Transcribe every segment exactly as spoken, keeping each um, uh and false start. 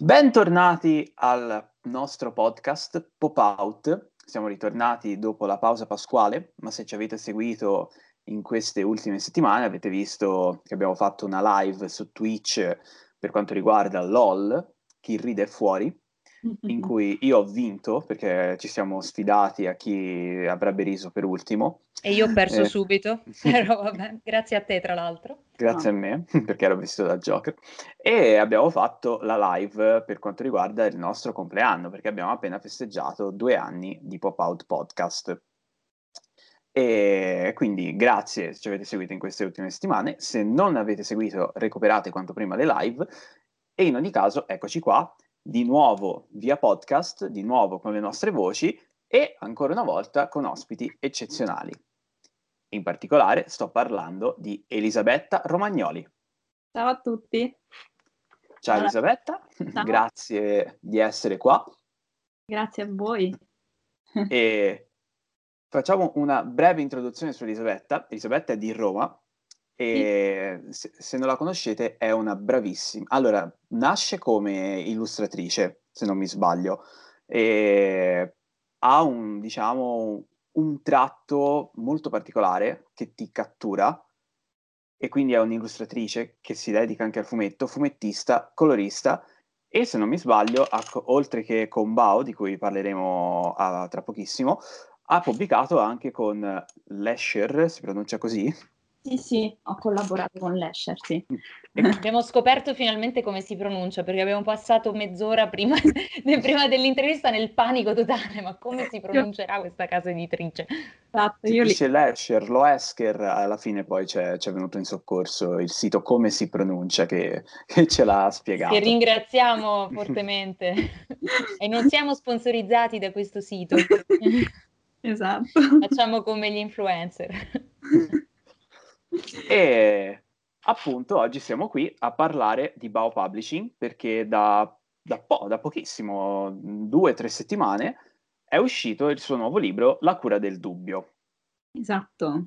Bentornati al nostro podcast Pop Out. Siamo ritornati dopo la pausa pasquale, ma se ci avete seguito in queste ultime settimane avete visto che abbiamo fatto una live su Twitch per quanto riguarda LOL, Chi ride è fuori, in cui io ho vinto perché ci siamo sfidati a chi avrebbe riso per ultimo. E io ho perso Eh. subito, però vabbè, grazie a te tra l'altro. Grazie a me, perché ero vestito da Joker. E abbiamo fatto la live per quanto riguarda il nostro compleanno, perché abbiamo appena festeggiato due anni di Pop Out Podcast. E quindi grazie se ci avete seguito in queste ultime settimane. Se non avete seguito, recuperate quanto prima le live. E in ogni caso, eccoci qua, di nuovo via podcast, di nuovo con le nostre voci e ancora una volta con ospiti eccezionali. In particolare sto parlando di Elisabetta Romagnoli. Ciao a tutti. Ciao Allora, Elisabetta, ciao. Grazie di essere qua. Grazie a voi. E facciamo una breve introduzione su Elisabetta. Elisabetta è di Roma e se, se non la conoscete è una bravissima. Allora, nasce come illustratrice, se non mi sbaglio, e ha un, diciamo, un tratto molto particolare che ti cattura. E quindi è un'illustratrice che si dedica anche al fumetto, fumettista, colorista e se non mi sbaglio, ha, oltre che con Bao, di cui parleremo a, tra pochissimo, ha pubblicato anche con Lesher, si pronuncia così? Sì, sì, ho collaborato con Lesher, sì. Abbiamo scoperto finalmente come si pronuncia, perché abbiamo passato mezz'ora prima, prima dell'intervista nel panico totale, ma come si pronuncerà questa casa editrice? Esatto, Si io li... dice Lesher, lo Esker, alla fine poi c'è, c'è venuto in soccorso il sito come si pronuncia che, che ce l'ha spiegato. Che ringraziamo fortemente e non siamo sponsorizzati da questo sito. Esatto. Facciamo come gli influencer. E appunto oggi siamo qui a parlare di Bao Publishing perché da, da, po- da pochissimo, due o tre settimane, è uscito il suo nuovo libro La cura del dubbio. Esatto.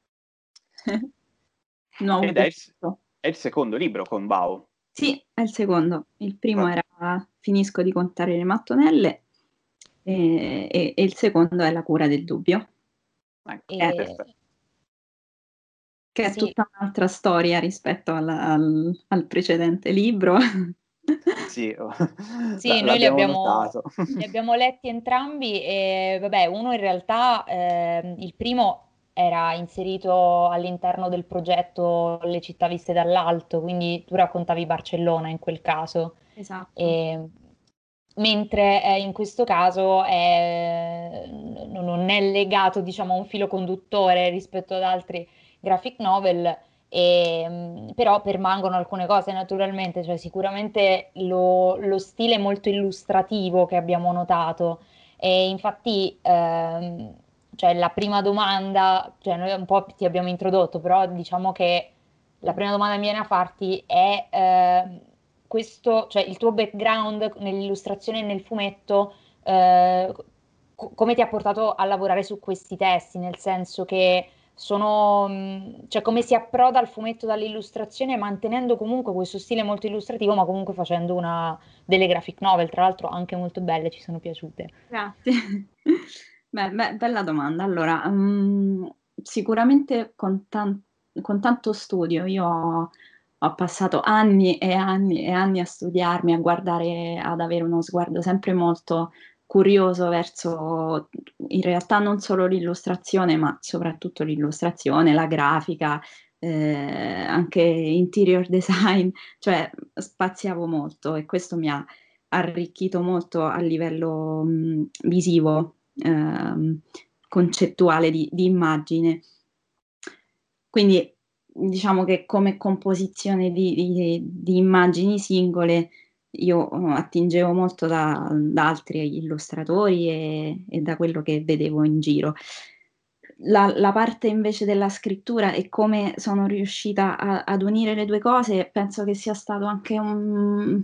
Nuovo Ed è il, pubblico. è il secondo libro con Bao. Sì, è il secondo. Il primo Quanto- era Finisco di contare le mattonelle e, e- e il secondo è La cura del dubbio, Ecco, E... perfetto. che è Sì. tutta un'altra storia rispetto al, al- al precedente libro. Sì, Sì, l- noi li l'abbiamo abbiamo, notato. li abbiamo letti entrambi e vabbè, uno in realtà, eh, il primo era inserito all'interno del progetto Le città viste dall'alto, quindi tu raccontavi Barcellona in quel caso. Esatto. E, mentre eh, in questo caso è- non è legato, diciamo, a un filo conduttore rispetto ad altri graphic novel. E, mh, però permangono alcune cose naturalmente, cioè sicuramente lo, lo stile molto illustrativo che abbiamo notato e infatti ehm, cioè la prima domanda, cioè noi un po' ti abbiamo introdotto, però diciamo che la prima domanda che mi viene a farti è eh, questo, cioè il tuo background nell'illustrazione e nel fumetto, eh, co- come ti ha portato a lavorare su questi testi, nel senso che sono, mh, cioè come si approda al fumetto dall'illustrazione mantenendo comunque questo stile molto illustrativo, ma comunque facendo una, delle graphic novel, tra l'altro anche molto belle, ci sono piaciute. Grazie. Beh, beh, bella domanda. Allora, mm, sicuramente con, tan- con tanto studio, io ho, ho passato anni e anni e anni a studiarmi, a guardare, ad avere uno sguardo sempre molto curioso verso, in realtà non solo l'illustrazione, ma soprattutto l'illustrazione, la grafica, eh, anche interior design, cioè spaziavo molto e questo mi ha arricchito molto a livello mh, visivo, ehm, concettuale di, di immagine. Quindi diciamo che come composizione di, di- di immagini singole io eh, attingevo molto da, da altri illustratori e, e da quello che vedevo in giro. La, la parte invece della scrittura e come sono riuscita a- ad unire le due cose, penso che sia stato anche un...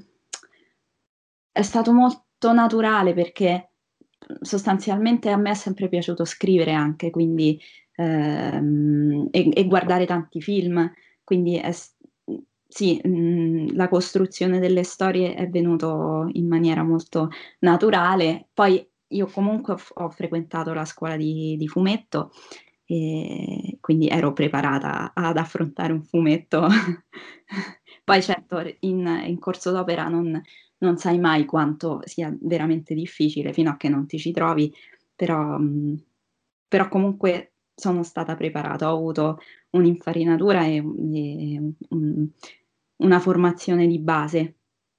è stato molto naturale perché sostanzialmente a me è sempre piaciuto scrivere anche, quindi ehm, e, e guardare tanti film, quindi è s- sì, mh, la costruzione delle storie è venuto in maniera molto naturale. Poi io comunque ho, f- ho frequentato la scuola di, di fumetto e quindi ero preparata ad affrontare un fumetto. Poi certo, in, in corso d'opera non, non sai mai quanto sia veramente difficile fino a che non ti ci trovi, però, mh, però comunque sono stata preparata, ho avuto un'infarinatura e, e un- una formazione di base.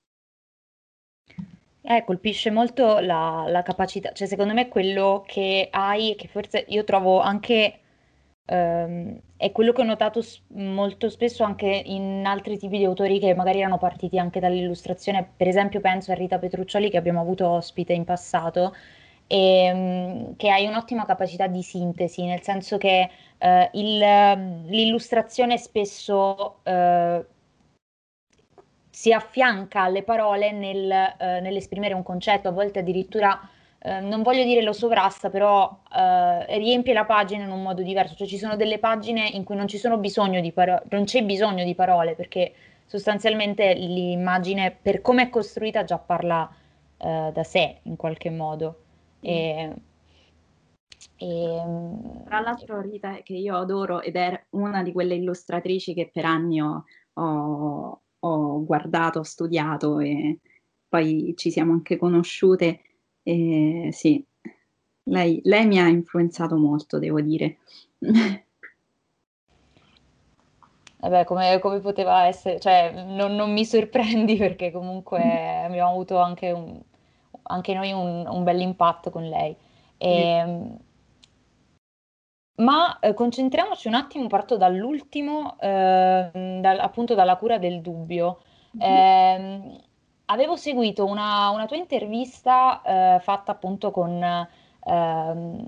Eh, colpisce molto la, la capacità, cioè secondo me quello che hai, e che forse io trovo anche, ehm, è quello che ho notato s- molto spesso anche in altri tipi di autori che magari erano partiti anche dall'illustrazione, per esempio penso a Rita Petruccioli che abbiamo avuto ospite in passato, e, mm, che hai un'ottima capacità di sintesi, nel senso che eh, il- l'illustrazione spesso eh, si affianca alle parole nel, eh, nell'esprimere un concetto, a volte addirittura, eh, non voglio dire lo sovrasta, però eh, riempie la pagina in un modo diverso, cioè ci sono delle pagine in cui non ci sono bisogno di parole, non c'è bisogno di parole, perché sostanzialmente l'immagine, per come è costruita, già parla eh, da sé in qualche modo. Sì. E, e, Tra l'altro Rita, che io adoro ed è una di quelle illustratrici che per anni ho, ho- ho guardato, ho studiato e poi ci siamo anche conosciute. E sì, lei, lei mi ha influenzato molto, devo dire. Vabbè, come, come poteva essere, cioè non, non mi sorprendi perché comunque abbiamo avuto anche, un- anche noi un, un bel impatto con lei. Sì. Ehm, ma eh, concentriamoci un attimo, parto dall'ultimo, ehm, dal- appunto dalla cura del dubbio. Mhm. Ehm, Avevo seguito una, una tua intervista eh, fatta appunto con, ehm,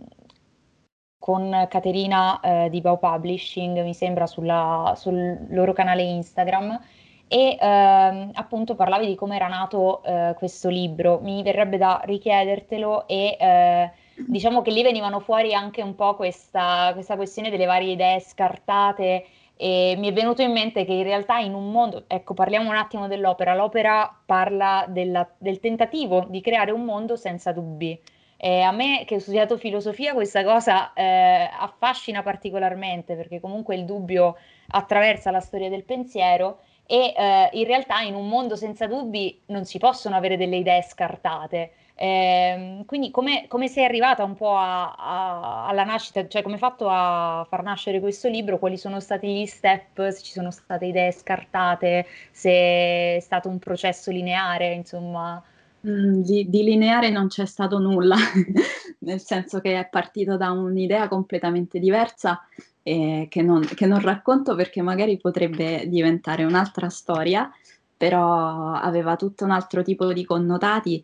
con Caterina eh, di Bao Publishing, mi sembra, sulla- sul loro canale Instagram. E ehm, appunto parlavi di come era nato eh, questo libro. Mi verrebbe da richiedertelo e eh, diciamo che lì venivano fuori anche un po' questa, questa questione delle varie idee scartate e mi è venuto in mente che in realtà in un mondo, ecco, parliamo un attimo dell'opera, l'opera parla della- del tentativo di creare un mondo senza dubbi. E a me che ho studiato filosofia questa cosa eh, affascina particolarmente perché comunque il dubbio attraversa la storia del pensiero e eh, in realtà in un mondo senza dubbi non si possono avere delle idee scartate. Ehm, quindi come, come sei arrivata un po' a- a- alla nascita, cioè come hai fatto a far nascere questo libro? Quali sono stati gli step? Se ci sono state idee scartate, se è stato un processo lineare, insomma. Mm, di, di lineare non c'è stato nulla, nel senso che è partito da un'idea completamente diversa eh, che non, che non racconto perché magari potrebbe diventare un'altra storia, però aveva tutto un altro tipo di connotati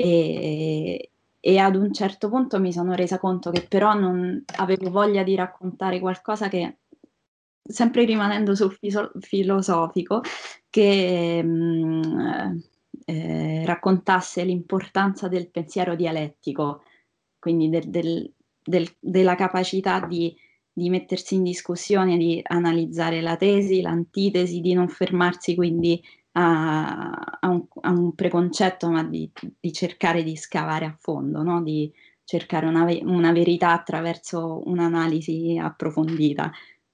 e, e ad un certo punto mi sono resa conto che però non avevo voglia di raccontare qualcosa che, sempre rimanendo sul fiso- filosofico, che mh, eh, raccontasse l'importanza del pensiero dialettico, quindi del- del- del- della capacità di, di mettersi in discussione, di analizzare la tesi, l'antitesi, di non fermarsi quindi a, a un, a un preconcetto, ma di, di cercare di scavare a fondo, no? Di cercare una, ve- una verità attraverso un'analisi approfondita.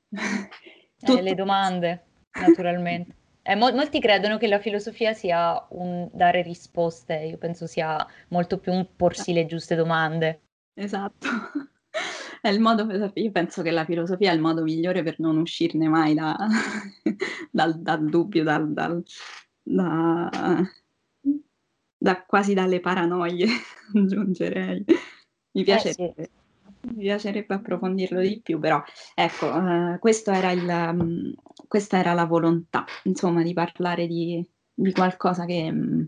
Eh, Tutto le questo. domande, naturalmente. Eh, mol- molti credono che la filosofia sia un dare risposte, io penso sia molto più un porsi le giuste domande. Esatto. È il modo, io penso che la filosofia è il modo migliore per non uscirne mai da- dal, dal dubbio, dal, dal- da, da- quasi dalle paranoie, aggiungerei. Mi Eh sì. piacerebbe, mi piacerebbe approfondirlo di più, però ecco, eh, questo era il, mm, questa era la volontà, insomma, di parlare di, di qualcosa che, mm,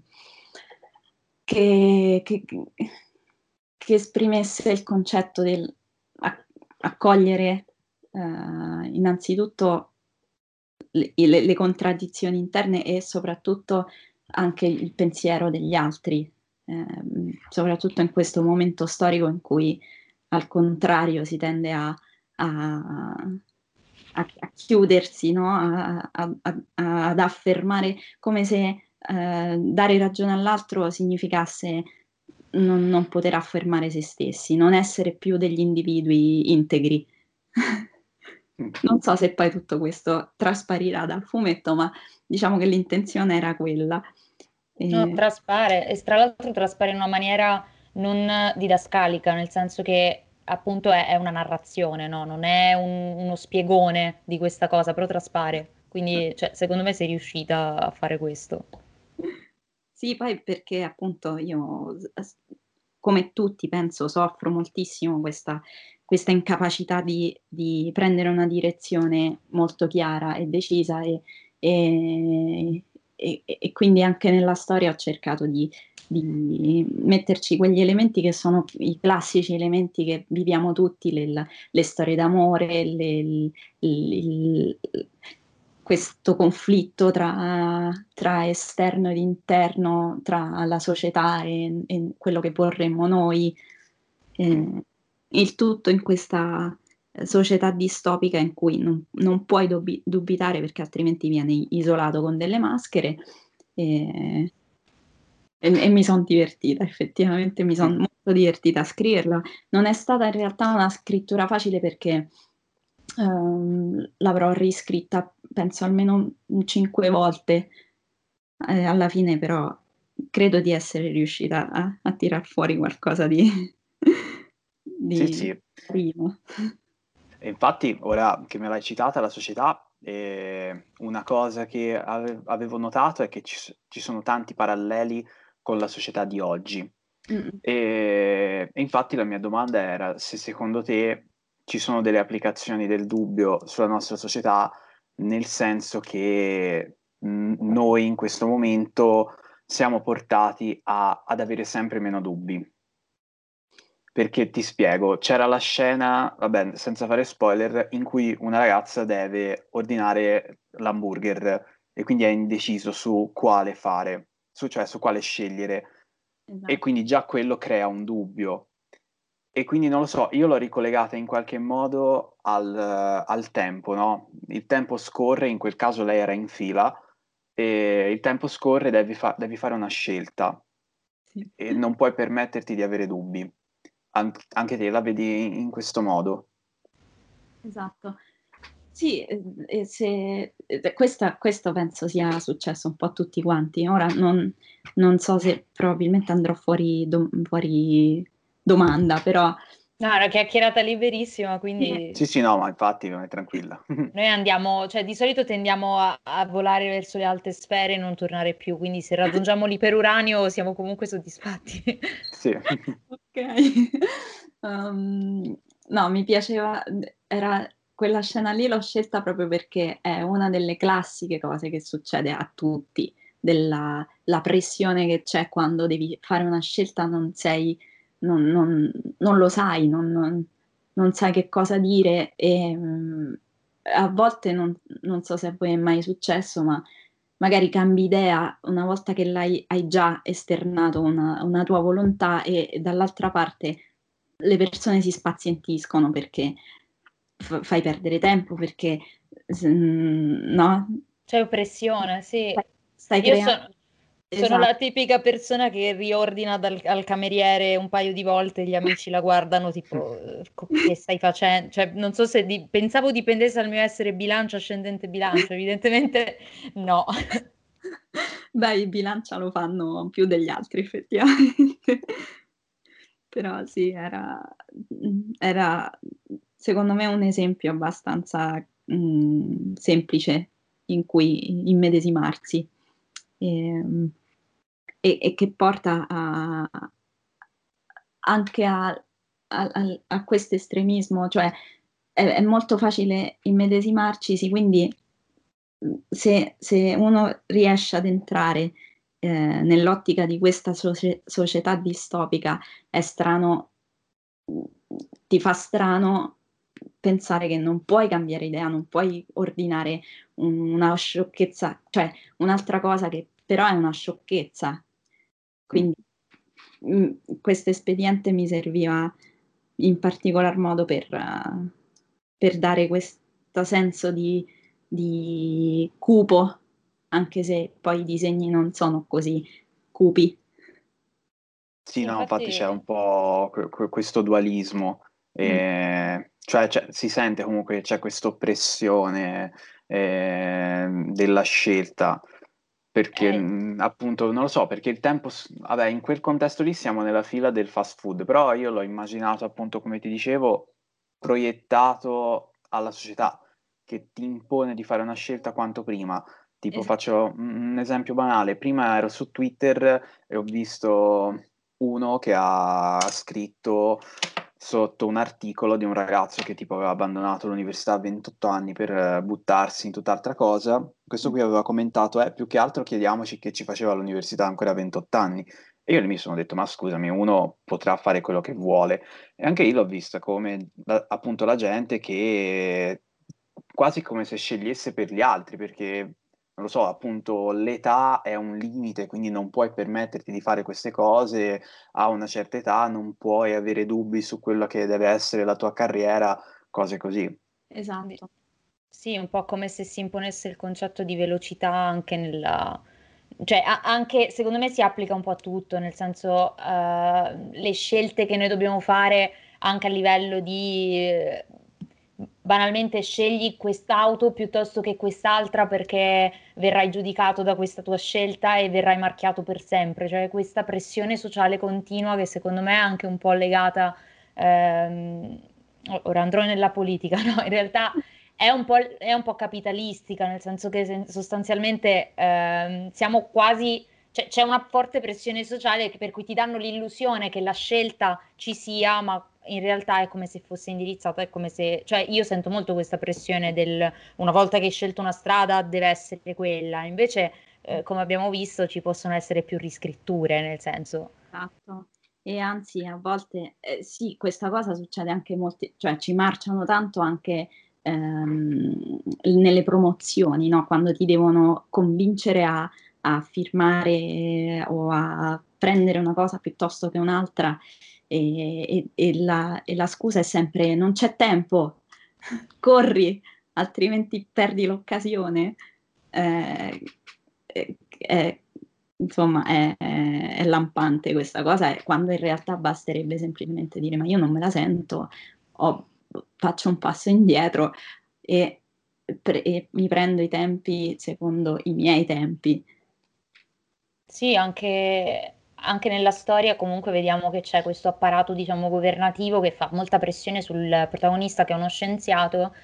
che, che- che esprimesse il concetto del ac- accogliere eh, innanzitutto le, le- le contraddizioni interne e soprattutto anche il pensiero degli altri, ehm, soprattutto in questo momento storico in cui al contrario si tende a, a- a, a chiudersi, no? a, a, a, ad affermare, come se eh, dare ragione all'altro significasse non, non poter affermare se stessi, non essere più degli individui integri. Non so se poi tutto questo trasparirà dal fumetto, ma diciamo che l'intenzione era quella. No, E... traspare, e tra l'altro traspare in una maniera non didascalica, nel senso che appunto è, è una narrazione, no? Non è un- uno spiegone di questa cosa, però traspare. Quindi, cioè, secondo me sei riuscita a fare questo. Sì, poi perché appunto io, s- come tutti, penso, soffro moltissimo questa, questa incapacità di, di prendere una direzione molto chiara e decisa e, e- e- e quindi anche nella storia ho cercato di, di metterci quegli elementi che sono i classici elementi che viviamo tutti, le, le storie d'amore, le- il- il- questo conflitto tra, tra esterno ed interno, tra la società e, e quello che vorremmo noi, eh, il tutto in questa società distopica in cui non, non puoi dubbi- dubitare perché altrimenti vieni isolato con delle maschere. E, e, e mi sono divertita, effettivamente mi sono molto divertita a scriverla. Non è stata in realtà una scrittura facile perché ehm, l'avrò riscritta, penso almeno cinque volte. Eh, alla fine però credo di essere riuscita a, a tirar fuori qualcosa di, Sì, di sì. carino. E infatti, ora che me l'hai citata, la società, eh, una cosa che ave- avevo notato è che ci, s- ci sono tanti paralleli con la società di oggi. Mm. E, e infatti la mia domanda era se secondo te ci sono delle applicazioni del dubbio sulla nostra società, nel senso che mh, noi in questo momento siamo portati a- ad avere sempre meno dubbi. Perché ti spiego, c'era la scena, vabbè, senza fare spoiler, in cui una ragazza deve ordinare l'hamburger e quindi è indeciso su quale fare, su, cioè su quale scegliere. E Esatto. quindi già quello crea un dubbio. E quindi non lo so, io l'ho ricollegata in qualche modo al, al tempo, no? Il tempo scorre, in quel caso lei era in fila, e il tempo scorre, devi, fa- devi fare una scelta Sì. e non puoi permetterti di avere dubbi. An- anche te la vedi in questo modo. Esatto. Sì, eh, eh, se, eh, questa- questo penso sia successo un po' a tutti quanti. Ora non, non so se probabilmente andrò fuori, do- fuori domanda, però No, è una chiacchierata liberissima, sì, quindi Sì, sì, no, ma infatti, vai tranquilla. noi andiamo, cioè di solito tendiamo a, a volare verso le alte sfere e non tornare più, quindi se raggiungiamo l'iperuranio siamo comunque soddisfatti. Sì. ok. Um, no, mi piaceva, era quella scena lì l'ho scelta proprio perché è una delle classiche cose che succede a tutti, della la pressione che c'è quando devi fare una scelta, non sei, non, non- non lo sai, non, non- non sai che cosa dire e mm, a volte non, non so se a voi è mai successo, ma magari cambi idea una volta che l'hai hai già esternato una, una tua volontà e, e dall'altra parte le persone si spazientiscono perché f- fai perdere tempo, perché s- mm, no? C'è oppressione, sì. Stai, stai Io creando. sono, sono Esatto. la tipica persona che riordina dal, al cameriere un paio di volte, gli amici la guardano tipo, eh, co- che stai facendo? Cioè, non so se di- pensavo dipendesse dal mio essere bilancio, ascendente bilancio, evidentemente no. Beh, i bilancia lo fanno più degli altri, effettivamente. Però sì, era, era secondo me un esempio abbastanza mm, semplice in cui immedesimarsi e, e- e che porta a- anche a, a, a- a questo estremismo, cioè è, è molto facile immedesimarci, sì, quindi mh, se, se uno riesce ad entrare eh, nell'ottica di questa socie- società distopica, è strano, mh, ti fa strano pensare che non puoi cambiare idea, non puoi ordinare un- una sciocchezza, cioè un'altra cosa che però è una sciocchezza. Quindi mh, questo espediente mi serviva in particolar modo per, eh, per dare quest- certo senso di, di cupo, anche se poi i disegni non sono così cupi. Sì, Sì, no, infatti c'è infatti un po' que- que- questo dualismo, Mm, eh, cioè c'è- si sente comunque che c'è questa oppressione eh, della scelta, perché eh, mh, appunto non lo so, perché il tempo, s- vabbè, in quel contesto lì siamo nella fila del fast food, però io l'ho immaginato appunto, come ti dicevo, proiettato alla società che ti impone di fare una scelta quanto prima. Tipo, esatto. faccio un un esempio banale, prima ero su Twitter e ho visto uno che ha scritto sotto un articolo di un ragazzo che tipo aveva abbandonato l'università a ventotto anni per eh, buttarsi in tutt'altra cosa. Questo qui aveva commentato, eh, più che altro chiediamoci che ci faceva all'università ancora a ventotto anni. E io mi sono detto, ma scusami, uno potrà fare quello che vuole. E anche io l'ho vista come la- appunto la gente che quasi come se scegliesse per gli altri, perché non lo so, appunto l'età è un limite, quindi non puoi permetterti di fare queste cose a una certa età, non puoi avere dubbi su quello che deve essere la tua carriera, cose così. di- Esatto. sì, un po' come se si imponesse il concetto di velocità anche nella... Cioè, a- anche secondo me si applica un po' a tutto, nel senso, eh, le scelte che noi dobbiamo fare anche a livello di... eh, banalmente scegli quest'auto piuttosto che quest'altra perché verrai giudicato da questa tua scelta e verrai marchiato per sempre. Cioè, questa pressione sociale continua che secondo me è anche un po' legata... ehm, ora andrò nella politica, no? In realtà è un po', è un po' capitalistica, nel senso che sen- sostanzialmente ehm, siamo quasi, cioè, c'è una forte pressione sociale che- per cui ti danno l'illusione che la scelta ci sia, ma in realtà è come se fosse indirizzata, è come se, cioè io sento molto questa pressione del una volta che hai scelto una strada deve essere quella, invece eh, come abbiamo visto ci possono essere più riscritture, nel senso, Esatto. E anzi, a volte eh, sì, questa cosa succede anche molti, cioè ci marciano tanto anche ehm, nelle promozioni, no? Quando ti devono convincere a, a firmare eh, o a prendere una cosa piuttosto che un'altra, e, e- e la, e la scusa è sempre non c'è tempo, corri, altrimenti perdi l'occasione. Eh, eh, eh, insomma, è, è- è lampante questa cosa, e quando in realtà basterebbe semplicemente dire: ma io non me la sento, o faccio un passo indietro e, pre- e mi prendo i tempi secondo i miei tempi. sì, anche, anche nella storia comunque vediamo che c'è questo apparato, diciamo, governativo che fa molta pressione sul protagonista che è uno scienziato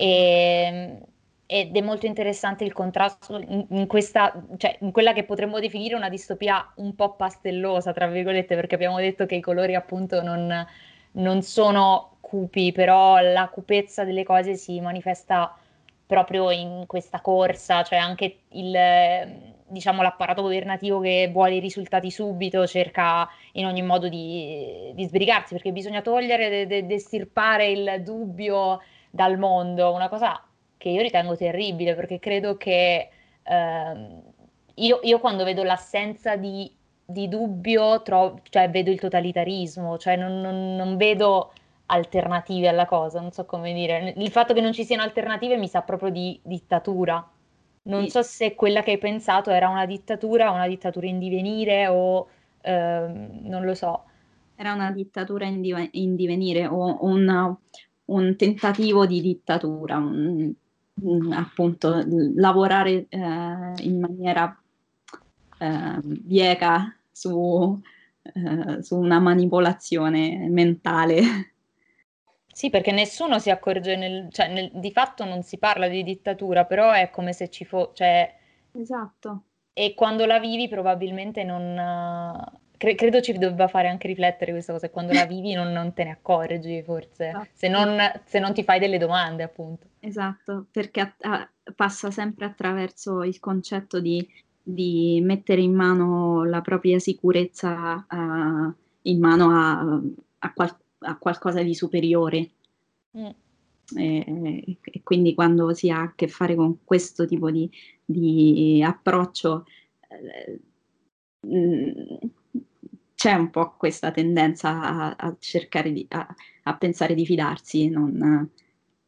e- ed è molto interessante il contrasto in, in questa, cioè in quella che potremmo definire una distopia un po' pastellosa, tra virgolette, perché abbiamo detto che i colori appunto non, non sono cupi, però la cupezza delle cose si manifesta proprio in questa corsa, cioè anche il, eh, diciamo, l'apparato governativo che vuole i risultati subito, cerca in ogni modo di, di sbrigarsi, perché bisogna togliere, de- de- estirpare il dubbio dal mondo, una cosa che io ritengo terribile, perché credo che ehm, io, io quando vedo l'assenza di, di dubbio, tro- cioè vedo il totalitarismo, cioè non non- non vedo alternative alla cosa, non so come dire. Il fatto che non ci siano alternative mi sa proprio di dittatura. Non Sì, so se quella che hai pensato era una dittatura, una dittatura in divenire o ehm, non lo so. era una dittatura in, dive- in divenire o un, un tentativo di dittatura, un- un- appunto l- lavorare eh, in maniera eh, bieca su, eh, su una manipolazione mentale. Sì, perché nessuno si accorge, nel, cioè nel- di fatto non si parla di dittatura, però è come se ci fosse, cioè, Esatto. e quando la vivi probabilmente non... eh, cre- credo ci debba fare anche riflettere questa cosa, e quando la vivi non, non te ne accorgi forse, se Esatto. non, se non ti fai delle domande, appunto. Esatto, perché a- a- passa sempre attraverso il concetto di, di mettere in mano la propria sicurezza, eh, in mano a, a qual- a qualcosa di superiore. Mm. E, e quindi quando si ha a che fare con questo tipo di, di approccio, eh, mh, c'è un po' questa tendenza a, a cercare di, a, a pensare di fidarsi, non-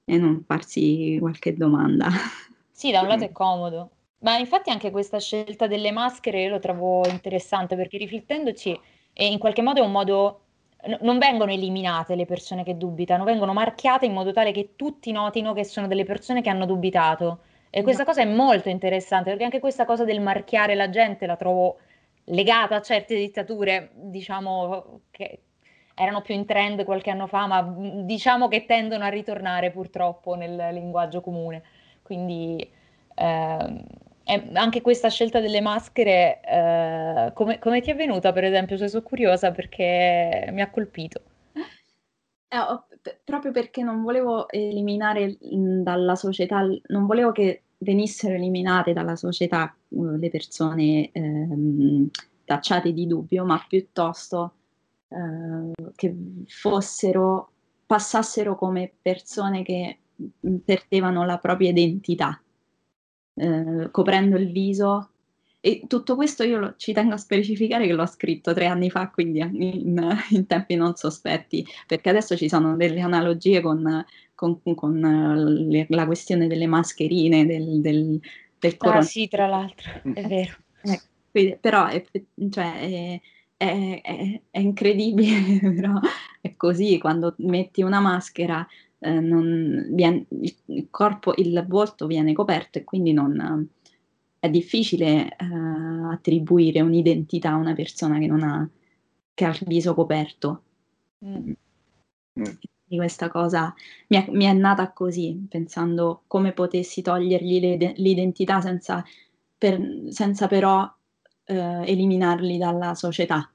e non farsi qualche domanda. Sì, da un lato è comodo, ma infatti anche questa scelta delle maschere io lo trovo interessante perché riflettendoci e in qualche modo è un modo, n- non vengono eliminate le persone che dubitano, vengono marchiate in modo tale che tutti notino che sono delle persone che hanno dubitato. E questa cosa è molto interessante perché anche questa cosa del marchiare la gente la trovo legata a certe dittature, diciamo, che erano più in trend qualche anno fa, ma mh, diciamo che tendono a ritornare purtroppo nel linguaggio comune. Quindi ehm, e anche questa scelta delle maschere, eh, come, come ti è venuta, per esempio? Cioè, sono curiosa perché mi ha colpito. Eh, ho- p- proprio perché non volevo eliminare mh, dalla società, non volevo che venissero eliminate dalla società uh, le persone ehm, tacciate di dubbio, ma piuttosto eh, che fossero, passassero come persone che mh, perdevano la propria identità, eh, coprendo il viso. E tutto questo io lo- ci tengo a specificare che l'ho scritto tre anni fa, quindi in, in tempi non sospetti, perché adesso ci sono delle analogie con, con- con, eh, le- la questione delle mascherine, del, del, del Ah coronavirus. sì, tra l'altro, è vero. Eh, quindi- però è, cioè, è- è- è- è incredibile, però è così, quando metti una maschera, eh, non vien- il, il corpo, il volto viene coperto e quindi non, è difficile eh, attribuire un'identità a una persona che non ha, che ha il viso coperto. Mm. Mm. Di questa cosa mi è, mi è nata così, pensando come potessi togliergli le- l'identità senza, per- senza però eh, eliminarli dalla società.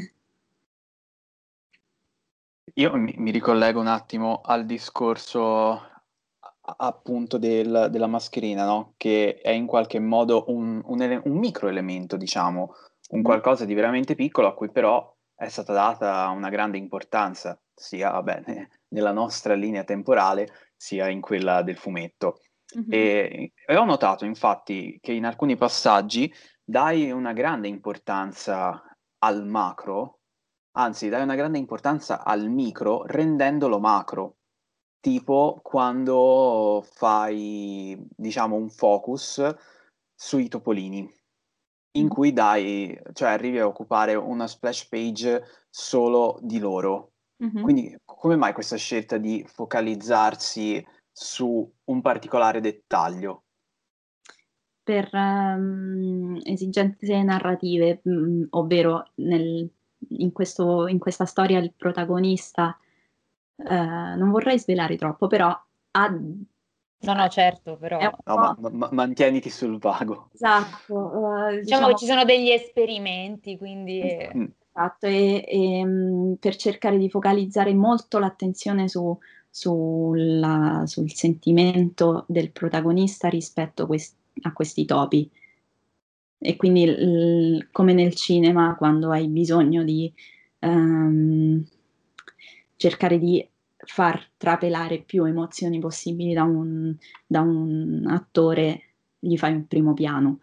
Io mi, mi ricollego un attimo al discorso a- appunto del- della mascherina, no? Che è in qualche modo un, un ele- un microelemento, diciamo, un Mhm. qualcosa di veramente piccolo a cui però è stata data una grande importanza, sia vabbè, ne- nella nostra linea temporale, sia in quella del fumetto. Mhm. E, e ho notato infatti che in alcuni passaggi dai una grande importanza al macro, anzi dai una grande importanza al micro rendendolo macro, tipo quando fai, diciamo, un focus sui topolini, in Mhm. cui dai, cioè arrivi a occupare una splash page solo di loro. Mhm. Quindi come mai questa scelta di focalizzarsi su un particolare dettaglio? Per ehm, esigenze narrative, mh, ovvero nel- in questo- in questa storia il protagonista, eh, non vorrei svelare troppo, però ha, No, no, certo, è un però No, ma, po'. ma- ma- mantieniti sul vago. Esatto, eh, diciamo che diciamo, ci sono degli esperimenti, quindi Mm. esatto, e, e, mh, per cercare di focalizzare molto l'attenzione su- sulla- sul sentimento del protagonista rispetto quest- a questi topi. E quindi, il- come nel cinema, quando hai bisogno di ehm, cercare di far trapelare più emozioni possibili da un, da un attore, gli fai un primo piano.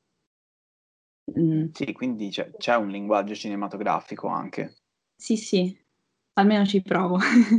Mm, Sì, quindi c'è c'è un linguaggio cinematografico anche. sì, sì, almeno ci provo.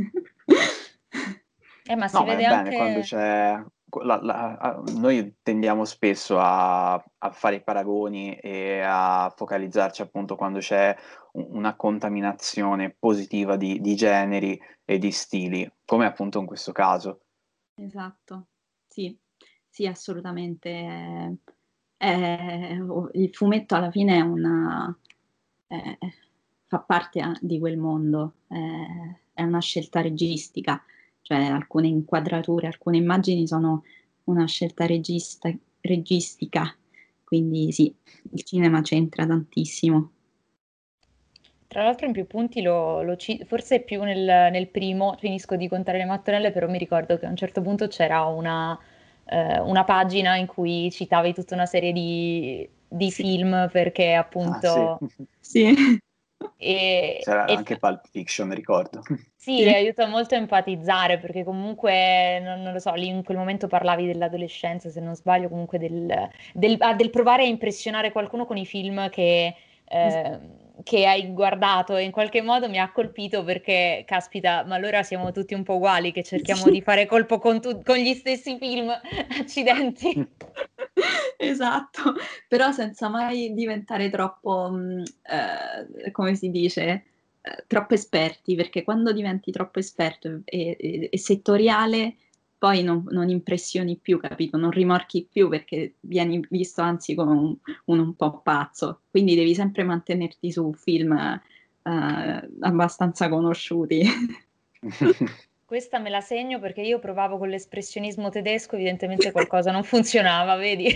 eh, ma si No, ma è vede bene quando anche. c'è... la- la- a- noi tendiamo spesso a, a fare i paragoni e a focalizzarci appunto quando c'è un- una contaminazione positiva di, di generi e di stili, come appunto in questo caso. Esatto, sì, sì, assolutamente. Eh, eh, il fumetto alla fine è una, eh, fa parte a- di quel mondo, eh, è una scelta registica, cioè alcune inquadrature, alcune immagini sono una scelta regista- registica, quindi sì, il cinema c'entra tantissimo. Tra l'altro in più punti lo, lo ci- forse più nel, nel primo, finisco di contare le mattonelle, però mi ricordo che a un certo punto c'era una, eh, una pagina in cui citavi tutta una serie di, di Sì, film perché Ah, sì. appunto. sì, E, C'era e anche Pulp Fiction, ricordo. sì, sì. aiuta molto a empatizzare perché comunque, non, non lo so, lì in quel momento parlavi dell'adolescenza, se non sbaglio, comunque del, del, ah, del provare a impressionare qualcuno con i film che, eh, che hai guardato e in qualche modo mi ha colpito perché, caspita, ma allora siamo tutti un po' uguali che cerchiamo di fare colpo con, tu- con gli stessi film, accidenti. Esatto, però senza mai diventare troppo, mh, eh, come si dice, eh, troppo esperti, perché quando diventi troppo esperto e, e- e settoriale, poi non, non impressioni più, capito? Non rimorchi più perché vieni visto anzi come un, uno un po' pazzo, quindi devi sempre mantenerti su film eh, abbastanza conosciuti. Questa me la segno perché io provavo con l'espressionismo tedesco, evidentemente qualcosa non funzionava, vedi?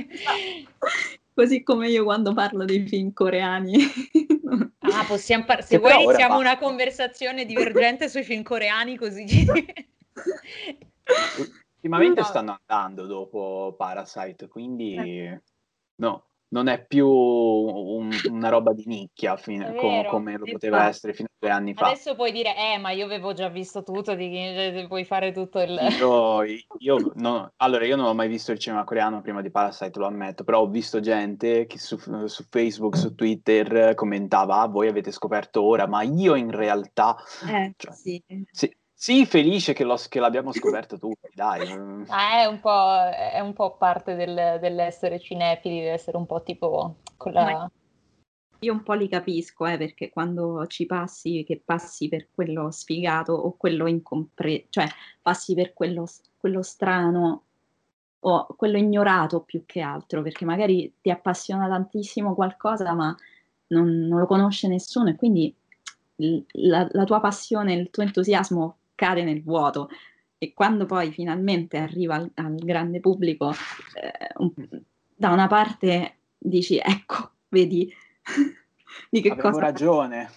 Così come io quando parlo dei film coreani. Ah, possiamo par- se Che vuoi però ora iniziamo va. una conversazione divergente sui film coreani così ci... Ultimamente No, stanno andando dopo Parasite, quindi no, non è più un- una roba di nicchia è fino- co- vero. come lo poteva Infatti. essere fino a due anni fa. Adesso puoi dire, eh, ma io avevo già visto tutto, di, cioè, puoi fare tutto il... Io, io no, allora, io non ho mai visto il cinema coreano prima di Parasite, lo ammetto, però ho visto gente che su, su Facebook, su Twitter commentava, ah, voi avete scoperto ora, ma io in realtà... Eh, Cioè, sì. sì, sì, felice che, lo- che l'abbiamo scoperto tutti, dai. mm. Ah, è un po', è un po' parte del- dell'essere cinefili, deve essere un po' tipo con Ma la... io un po' li capisco, eh, perché quando ci passi, che passi per quello sfigato o quello incompre, cioè passi per quello, s- quello strano o quello ignorato più che altro, perché magari ti appassiona tantissimo qualcosa, ma non, non lo conosce nessuno e quindi il- la, la tua passione, il tuo entusiasmo cade nel vuoto. E quando poi finalmente arriva al, al grande pubblico, eh, un- da una parte dici, ecco, vedi di che Avevo cosa ragione.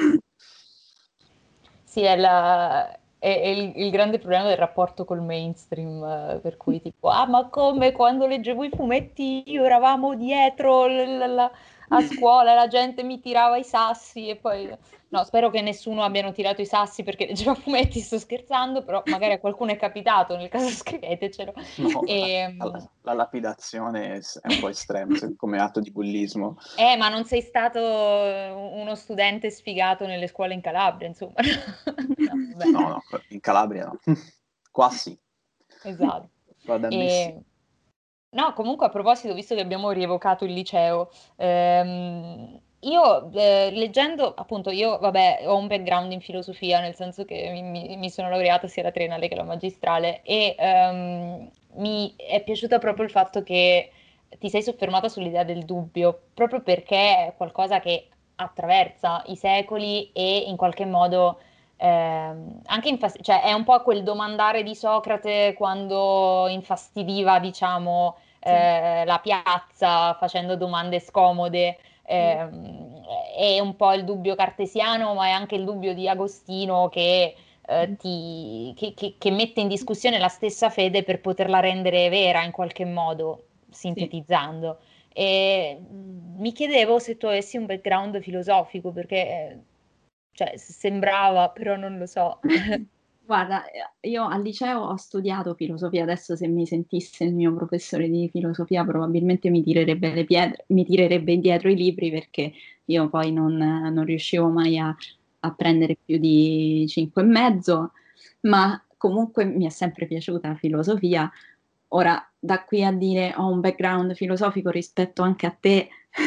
Sì, è, la- è- è il, il grande problema del rapporto col mainstream, eh, per cui tipo, ah, ma come quando leggevo i fumetti io eravamo dietro l- l- la- a scuola, e la gente mi tirava i sassi e poi... No, spero che nessuno abbiano tirato i sassi perché leggeva fumetti, sto scherzando, però magari a qualcuno è capitato, nel caso scrivetecelo. No, la, E, la- la lapidazione è è un po' estrema se- come atto di bullismo. Eh, ma non sei stato eh, uno studente sfigato nelle scuole in Calabria, insomma. No, vabbè, No, no, in Calabria no. Qua sì. esatto. Qua da me sì. E... No, comunque a proposito, visto che abbiamo rievocato il liceo, ehm, io eh, leggendo, appunto, io vabbè, ho un background in filosofia, nel senso che mi, mi- mi sono laureata sia alla triennale che alla magistrale e ehm, mi è piaciuto proprio il fatto che ti sei soffermata sull'idea del dubbio, proprio perché è qualcosa che attraversa i secoli e in qualche modo ehm, anche infast- cioè è un po' quel domandare di Socrate quando infastidiva, diciamo, sì, eh, la piazza facendo domande scomode. sì. ehm, è un po' il dubbio cartesiano, ma è anche il dubbio di Agostino che, eh, ti- che- che- che mette in discussione la stessa fede per poterla rendere vera in qualche modo, Sì. sintetizzando. E mm, mi chiedevo se tu avessi un background filosofico, perché eh, cioè, s- sembrava, però non lo so. Guarda, eh, io al liceo ho studiato filosofia, adesso se mi sentisse il mio professore di filosofia probabilmente mi tirerebbe le pietre, mi tirerebbe indietro i libri perché io poi non, non riuscivo mai a, a prendere più di cinque e mezzo, ma comunque mi è sempre piaciuta la filosofia. Ora, da qui a dire ho un background filosofico rispetto anche a te,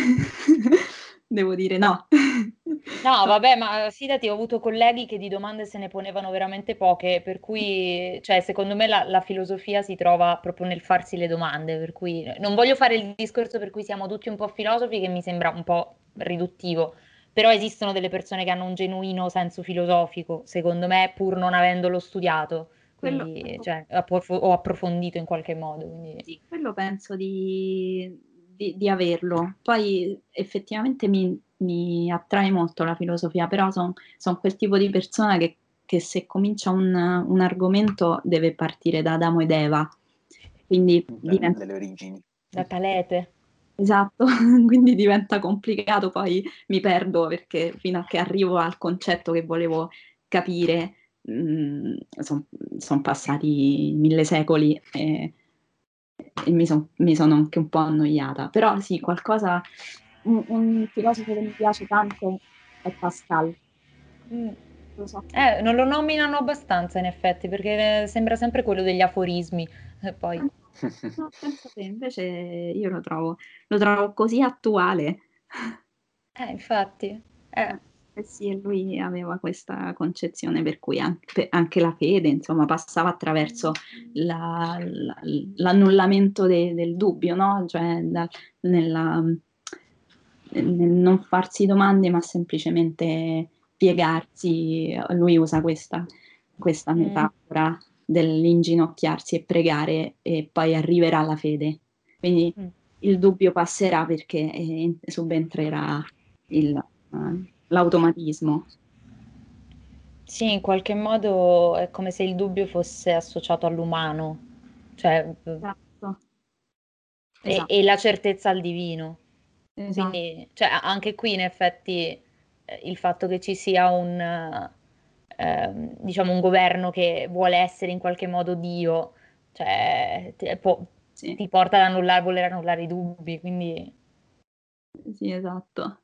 devo dire no. No, vabbè, ma fidati, ho avuto colleghi che di domande se ne ponevano veramente poche, per cui, cioè, secondo me la, la filosofia si trova proprio nel farsi le domande, per cui non voglio fare il discorso per cui siamo tutti un po' filosofi, che mi sembra un po' riduttivo, però esistono delle persone che hanno un genuino senso filosofico, secondo me, pur non avendolo studiato, Quello, quindi, cioè, approf- o approfondito in qualche modo, quindi... sì, quello penso di, di- di averlo. Poi effettivamente mi, mi attrae molto la filosofia, però sono quel tipo di persona che, che se comincia un, un argomento deve partire da Adamo ed Eva. Quindi diventa, Delle origini. Da Talete. esatto, quindi diventa complicato, poi mi perdo perché fino a che arrivo al concetto che volevo capire, sono passati mille secoli e, e mi, son- mi sono anche un po' annoiata. Però sì, qualcosa, un, un filosofo che mi piace tanto è Pascal. Mm. Lo so. Eh, non lo nominano abbastanza in effetti, perché sembra sempre quello degli aforismi. E poi... No, penso te, invece io lo trovo, lo trovo così attuale. Eh, infatti. Eh. Eh sì, e lui aveva questa concezione per cui anche, anche la fede, insomma, passava attraverso la- la- l'annullamento de- del dubbio, no? Cioè da- nella- nel non farsi domande, ma semplicemente piegarsi. Lui usa questa, questa Mm. metafora dell'inginocchiarsi e pregare e poi arriverà la fede. Quindi Mm. il dubbio passerà perché eh, subentrerà il, eh, l'automatismo. Sì, in qualche modo è come se il dubbio fosse associato all'umano, cioè, Esatto, e, esatto, e la certezza al divino. esatto. Quindi, cioè, anche qui in effetti eh, il fatto che ci sia un, eh, ehm, diciamo, un governo che vuole essere in qualche modo Dio, cioè, ti, può- Sì, ti porta ad annullare, voler annullare i dubbi, quindi... sì, esatto.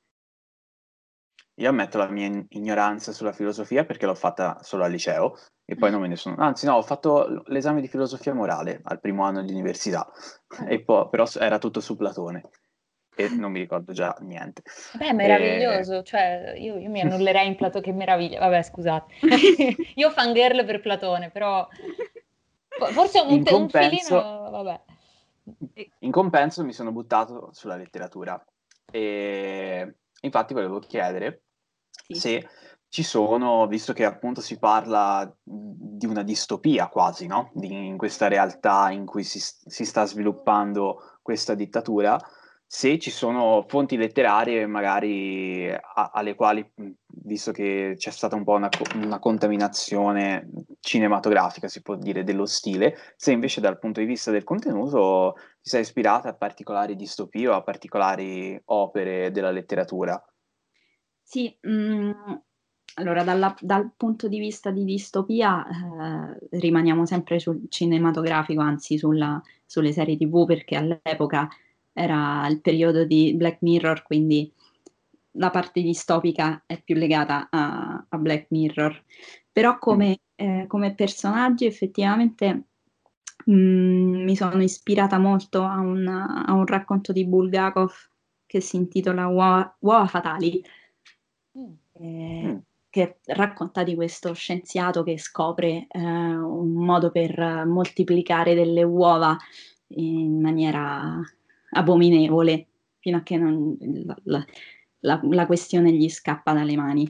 Io ammetto la mia in- ignoranza sulla filosofia perché l'ho fatta solo al liceo e poi non me ne sono... Anzi, no, ho fatto l- l'esame di filosofia morale al primo anno di università, e poi, però s- era tutto su Platone e non mi ricordo già niente. Beh, è E... meraviglioso, cioè io, io mi annullerei in Platone, che meraviglia, vabbè scusate, io fangirl per Platone, però fo- forse un, In te- un compenso, filino, vabbè. E- in compenso mi sono buttato sulla letteratura e infatti volevo chiedere sì. se ci sono, visto che appunto si parla di una distopia quasi, no? Di, in questa realtà in cui si, si sta sviluppando questa dittatura, se ci sono fonti letterarie magari a- alle quali, mh, visto che c'è stata un po' una, co- una contaminazione cinematografica, si può dire, dello stile, se invece dal punto di vista del contenuto ti sei ispirata a particolari distopie o a particolari opere della letteratura. Sì, mm, allora dalla- dal punto di vista di distopia eh, rimaniamo sempre sul cinematografico, anzi sulla- sulle serie T V, perché all'epoca era il periodo di Black Mirror, quindi la parte distopica è più legata a, a Black Mirror. Però Mm. come, eh, come personaggi effettivamente mm, mi sono ispirata molto a un, a un racconto di Bulgakov che si intitola Uova, Uova Fatali, Mm. eh, Mm. che racconta di questo scienziato che scopre eh, un modo per eh, moltiplicare delle uova in maniera abominevole, fino a che non- la, la- la- la questione gli scappa dalle mani.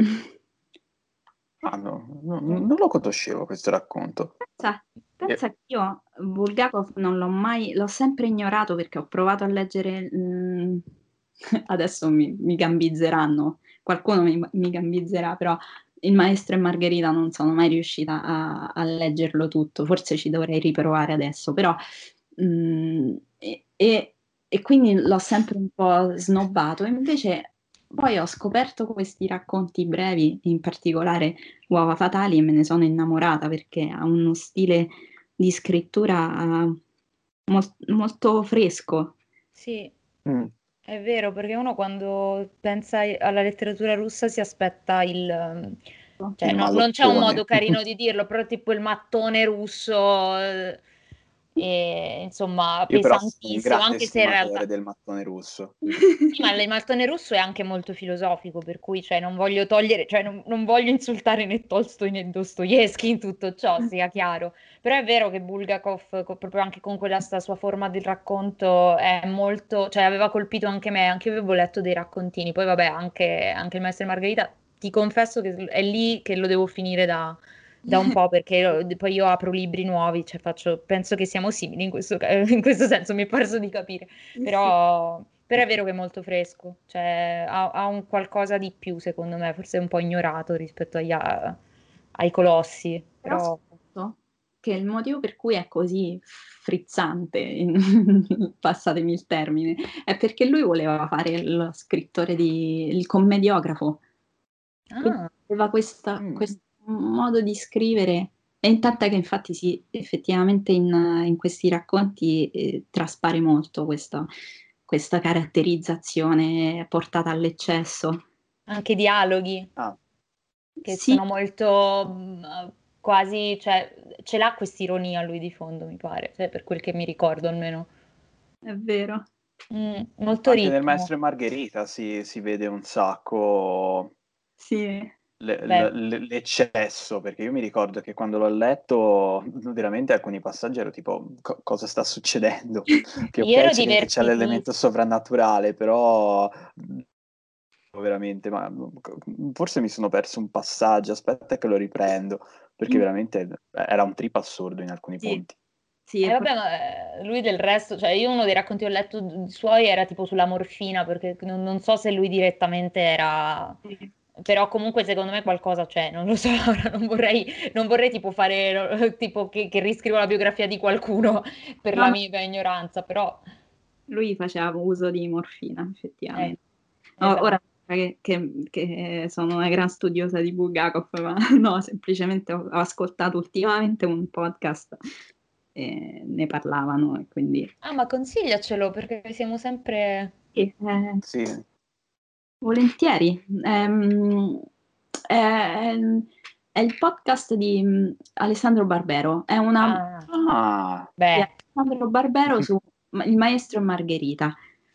Ah, no, no, non lo conoscevo questo racconto. Pensa, Eh, pensa che io Bulgakov non l'ho mai, l'ho sempre ignorato perché ho provato a leggere, mm, adesso mi, mi gambizzeranno, qualcuno mi, mi gambizzerà, però Il Maestro e Margherita non sono mai riuscita a, a leggerlo tutto, forse ci dovrei riprovare adesso, però mm, e, e- e quindi l'ho sempre un po' snobbato, invece poi ho scoperto questi racconti brevi, in particolare Uova Fatali, e me ne sono innamorata perché ha uno stile di scrittura eh, mol- molto fresco. Sì, mm. è vero, perché uno quando pensa ai- alla letteratura russa si aspetta il... ehm, cioè Il no- non c'è un modo mallottone. carino di dirlo, però tipo il mattone russo, eh, e, insomma, Io però sono un pesantissimo, grande anche se in realtà... estimatore del mattone russo. Sì, ma il mattone russo è anche molto filosofico, per cui cioè, non voglio togliere, cioè, non, non voglio insultare né Tolstoi né Dostoevsky in tutto ciò, sia chiaro. Però è vero che Bulgakov, co- proprio anche con quella sta sua forma di racconto, è molto, cioè aveva colpito anche me, anche io avevo letto dei raccontini, poi vabbè, anche, anche il Maestro e Margherita, ti confesso che è lì che lo devo finire da, da un po', perché lo- poi io apro libri nuovi, cioè faccio, penso che siamo simili in questo, ca- in questo senso, mi è parso di capire, Sì, sì. però... Però è vero che è molto fresco, cioè ha, ha un qualcosa di più, secondo me, forse è un po' ignorato rispetto agli, a- ai colossi, Però ho però... scoperto che il motivo per cui è così frizzante, in- passatemi il termine, è perché lui voleva fare lo scrittore di, il commediografo. Quindi Ah, aveva questa- Mm. questo modo di scrivere, e intanto che infatti sì, effettivamente in, in questi racconti eh, traspare molto questo, questa caratterizzazione portata all'eccesso. Anche dialoghi Ah, che Sì, sono molto mh, quasi, cioè, ce l'ha quest'ironia lui di fondo, mi pare, cioè, per quel che mi ricordo almeno. è vero. Mm, molto anche nel ritmo. Maestro e Margherita si, si vede un sacco Sì, le- Beh, l- l'eccesso, perché io mi ricordo che quando l'ho letto, veramente alcuni passaggi ero tipo, "Co- cosa sta succedendo? Che io ok, ero c'è, c'è l'elemento divertitissima. sovrannaturale, però veramente, ma forse mi sono perso un passaggio, aspetta che lo riprendo, perché sì, veramente era un trip assurdo in alcuni sì, punti. sì, E e poi vabbè, ma eh, lui del resto, cioè io uno dei racconti che ho letto d- suoi era tipo sulla morfina, perché non, non so se lui direttamente era, sì, però comunque secondo me qualcosa c'è, non lo so, ora non vorrei, non vorrei tipo fare, no, tipo che, che riscrivo la biografia di qualcuno per no, la no, mia ignoranza, però, lui faceva uso di morfina, eh, effettivamente. O- esatto. Ora che, che- che sono una gran studiosa di Bulgakov, ma no, semplicemente ho, ho ascoltato ultimamente un podcast e ne parlavano e quindi Ah, ma consigliacelo perché siamo sempre... sì, eh, Sì, volentieri. Ehm, è, è il podcast di mm, Alessandro Barbero, è una Ah, ah, di beh, Alessandro Barbero su Il Maestro e Margherita.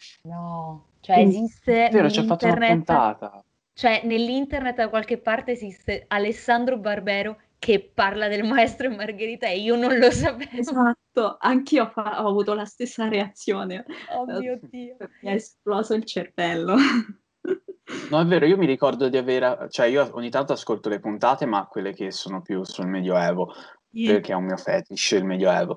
no, cioè Quindi, esiste vero, ci ho fatto una nell'internet, puntata. cioè nell'internet da qualche parte esiste Alessandro Barbero che parla del maestro e Margherita e io non lo sapevo. esatto, anch'io fa- ho avuto la stessa reazione. Oh Eh, mio Dio. Mi è esploso il cervello. No, è vero, io mi ricordo di aver, cioè io ogni tanto ascolto le puntate, ma quelle che sono più sul Medioevo, Sì. perché è un mio fetish il Medioevo.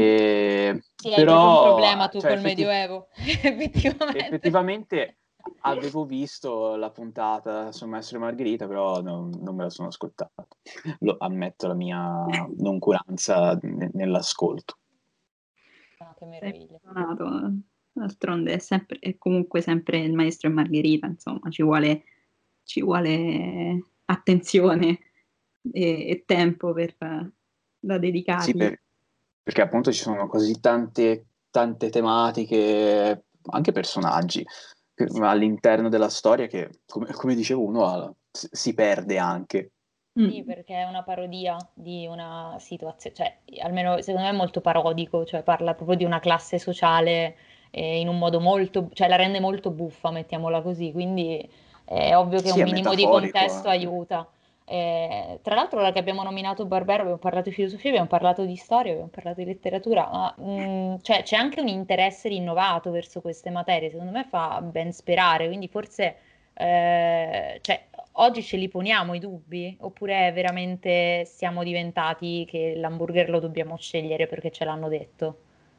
E, Sì, hai proprio un problema però, tu cioè, col effetti- Medioevo, effettivamente. effettivamente avevo visto la puntata sul Maestro e Margherita, però non, non me la sono ascoltata. Lo ammetto la mia noncuranza ne- nell'ascolto. No, che Sei meraviglia. fortunato. D'altronde è, sempre, è comunque sempre il Maestro e Margherita, insomma, ci vuole, ci vuole attenzione e, e tempo per, da Sì, dedicargli. per- perché appunto ci sono così tante, tante tematiche, anche personaggi che- all'interno della storia che, come, come dicevo, uno ha- si si perde anche. Sì, Mm. perché è una parodia di una situazione, cioè almeno secondo me è molto parodico, cioè parla proprio di una classe sociale eh, in un modo molto, cioè la rende molto buffa, mettiamola così, quindi è ovvio che Sì, un è minimo di metaforico contesto anche. aiuta. Eh, tra l'altro, ora che abbiamo nominato Barbero, abbiamo parlato di filosofia, abbiamo parlato di storia, abbiamo parlato di letteratura, ma mh, cioè, c'è anche un interesse rinnovato verso queste materie, secondo me fa ben sperare, quindi forse eh, cioè, oggi ce li poniamo i dubbi? Oppure veramente siamo diventati che l'hamburger lo dobbiamo scegliere perché ce l'hanno detto?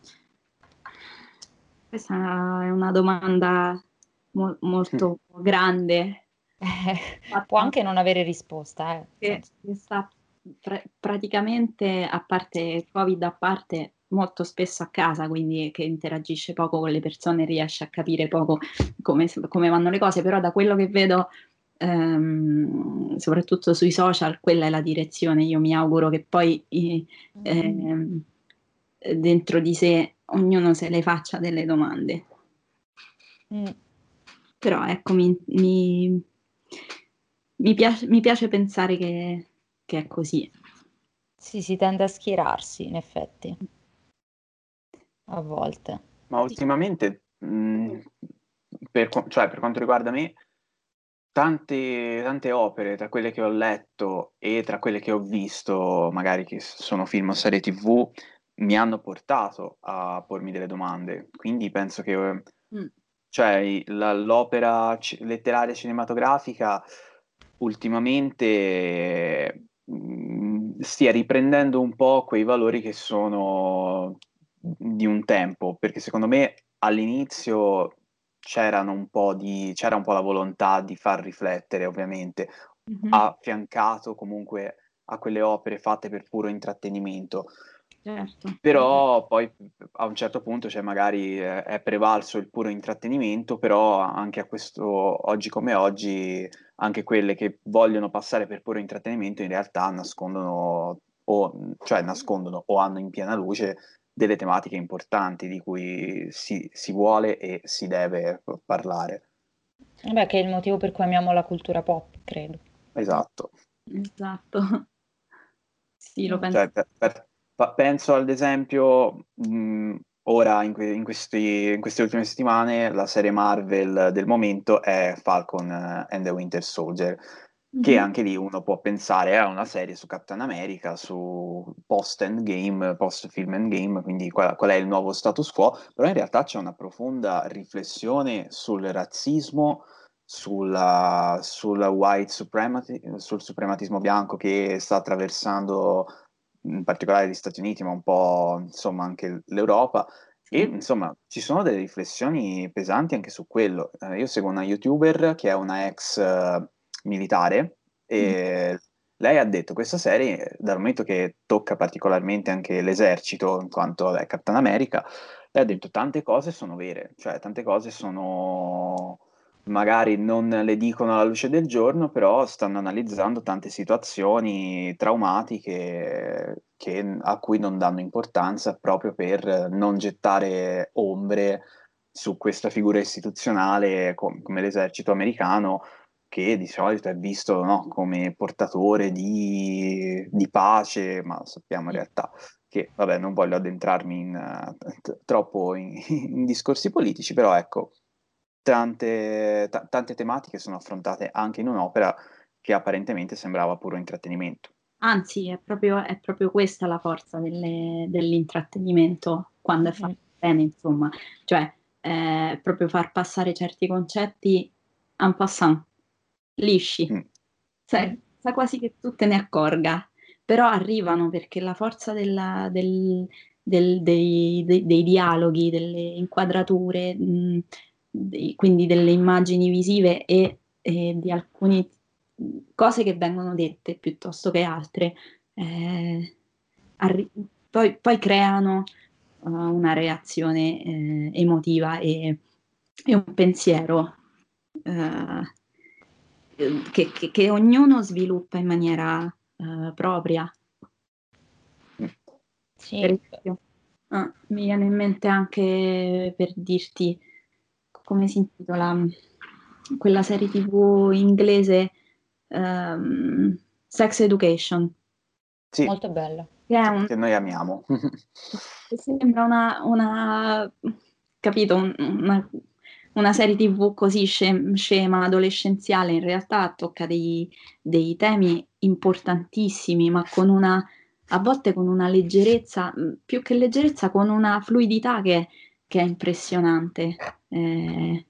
Questa è una domanda mo- molto grande, Eh, può fatta anche non avere risposta, eh. che, Senza- che sta pra- praticamente, a parte il Covid, a parte molto spesso a casa, quindi che interagisce poco con le persone, riesce a capire poco come, come vanno le cose, però da quello che vedo, ehm, soprattutto sui social, quella è la direzione. Io mi auguro che poi eh, ehm, dentro di sé ognuno se le faccia delle domande. Mm. Però ecco, mi, mi- mi piace, mi piace pensare che, che è così. Sì, si tende a schierarsi, in effetti, a volte. Ma Sì. ultimamente, mh, per, qu- cioè, per quanto riguarda me, tante, tante opere, tra quelle che ho letto e tra quelle che ho visto, magari che sono film o serie T V, mi hanno portato a pormi delle domande. Quindi penso che, eh, Mm, cioè, i- la- l'opera ci- letteraria cinematografica ultimamente mh, stia riprendendo un po' quei valori che sono di un tempo, perché secondo me all'inizio c'erano un po' di, c'era un po' la volontà di far riflettere, ovviamente, mhm, affiancato comunque a quelle opere fatte per puro intrattenimento. certo. Però poi a un certo punto, cioè magari eh, è prevalso il puro intrattenimento, però anche a questo, oggi come oggi, anche quelle che vogliono passare per puro intrattenimento in realtà nascondono o, cioè nascondono o hanno in piena luce delle tematiche importanti di cui si, si vuole e si deve parlare. Vabbè, che è il motivo per cui amiamo la cultura pop, credo. Esatto. Esatto. Sì, lo penso. Cioè, per- per- pa- penso ad esempio, mh, ora in, que- in questi- in queste ultime settimane, la serie Marvel del momento è Falcon eh, and the Winter Soldier, che Mhm. anche lì uno può pensare a una serie su Captain America, su post-Endgame, post-film Endgame, quindi qual, qual è il nuovo status quo, però in realtà c'è una profonda riflessione sul razzismo, sulla, sulla white supremacy, sul suprematismo bianco che sta attraversando in particolare gli Stati Uniti, ma un po' insomma anche l'Europa. E Sì. insomma ci sono delle riflessioni pesanti anche su quello. Eh, io seguo una YouTuber che è una ex eh, militare Mhm. e lei ha detto questa serie, dal momento che tocca particolarmente anche l'esercito, in quanto è Captain America, lei ha detto tante cose sono vere, cioè tante cose sono magari non le dicono alla luce del giorno, però stanno analizzando tante situazioni traumatiche che- a cui non danno importanza proprio per non gettare ombre su questa figura istituzionale com- come l'esercito americano, che di solito è visto, no, come portatore di, di pace, ma sappiamo in Sì. realtà che, vabbè, non voglio addentrarmi in, eh, t- troppo in, in discorsi politici, però ecco, tante, ta- tante tematiche sono affrontate anche in un'opera che apparentemente sembrava puro intrattenimento. Anzi, è proprio, è proprio questa la forza delle- dell'intrattenimento quando è fatto Mhm. bene, insomma, cioè eh, proprio far passare certi concetti en passant, lisci, Mm. sai, Mm. sa quasi che tu te ne accorga, però arrivano perché la forza della- del- del- dei, dei- dei dialoghi, delle inquadrature, mh, dei- quindi delle immagini visive e, e di alcune cose che vengono dette piuttosto che altre, eh, arri- poi, poi creano uh, una reazione eh, emotiva e, e un pensiero eh, che, che- che ognuno sviluppa in maniera eh, propria. Mm. Per Sì, esempio, ah, mi viene in mente anche per dirti come si intitola quella serie T V inglese ehm, Sex Education, Sì, molto bella. che è che, un che noi amiamo. sembra una, una- capito, un- una, una serie T V così scem- scema, adolescenziale, in realtà tocca dei, dei temi importantissimi, ma con una, a volte con una leggerezza, mh, più che leggerezza, con una fluidità che, che è impressionante. Eh,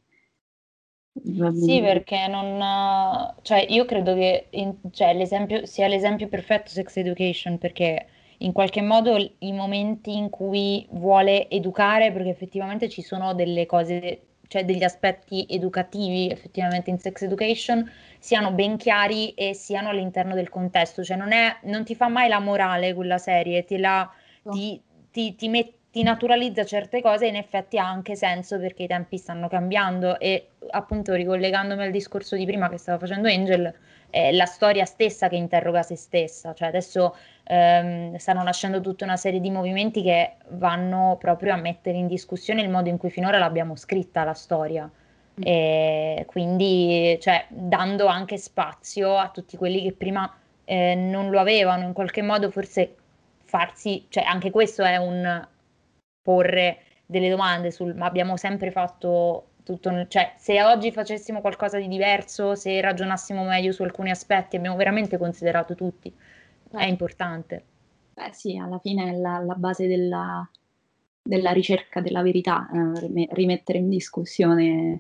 va Sì, bene. perché non, cioè io credo che in- cioè, l'esempio sia l'esempio perfetto Sex Education, perché in qualche modo l- i momenti in cui vuole educare, perché effettivamente ci sono delle cose, cioè degli aspetti educativi effettivamente in Sex Education, siano ben chiari e siano all'interno del contesto, cioè non è, non ti fa mai la morale quella serie, te la ti, ti, ti met- ti naturalizza certe cose e in effetti ha anche senso perché i tempi stanno cambiando e appunto ricollegandomi al discorso di prima che stava facendo Angel, è la storia stessa che interroga se stessa, cioè adesso ehm, stanno nascendo tutta una serie di movimenti che vanno proprio a mettere in discussione il modo in cui finora l'abbiamo scritta la storia. E quindi, cioè, dando anche spazio a tutti quelli che prima eh, non lo avevano, in qualche modo forse farsi, cioè anche questo è un porre delle domande sul ma abbiamo sempre fatto tutto, nel- cioè se oggi facessimo qualcosa di diverso, se ragionassimo meglio su alcuni aspetti, abbiamo veramente considerato tutti, è Certo. importante. Beh, sì, alla fine è la, la base della, della ricerca della verità, eh, rime- rimettere in discussione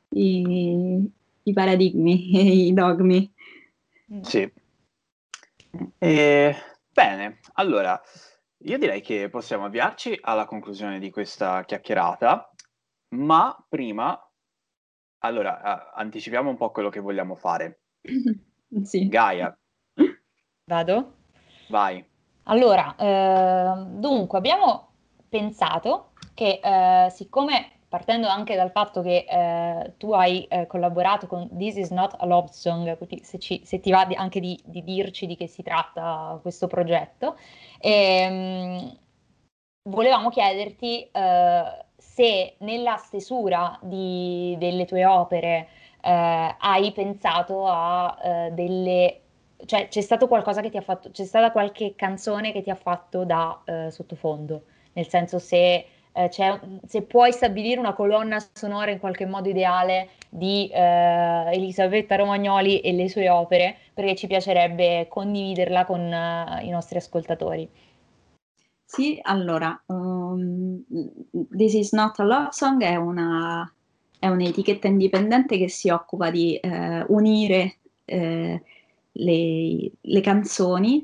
i, i paradigmi, i dogmi. Mm. Sì. Eh, E, bene, allora io direi che possiamo avviarci alla conclusione di questa chiacchierata, ma prima, allora, a- anticipiamo un po' quello che vogliamo fare. Sì. Gaia, Vado? vai. Allora, ehm, dunque abbiamo pensato che eh, siccome partendo anche dal fatto che eh, tu hai eh, collaborato con This Is Not a Love Song, quindi se, ci- se ti va di- anche di, di dirci di che si tratta questo progetto, ehm, volevamo chiederti eh, se nella stesura di- delle tue opere eh, hai pensato a eh, delle... cioè c'è stato qualcosa che ti ha fatto, c'è stata qualche canzone che ti ha fatto da eh, sottofondo, nel senso se, eh, c'è- se puoi stabilire una colonna sonora in qualche modo ideale di eh, Elisabetta Romagnoli e le sue opere, perché ci piacerebbe condividerla con eh, i nostri ascoltatori. Sì, allora, um, This is not a love song è una, è un'etichetta indipendente che si occupa di eh, unire eh, le, le canzoni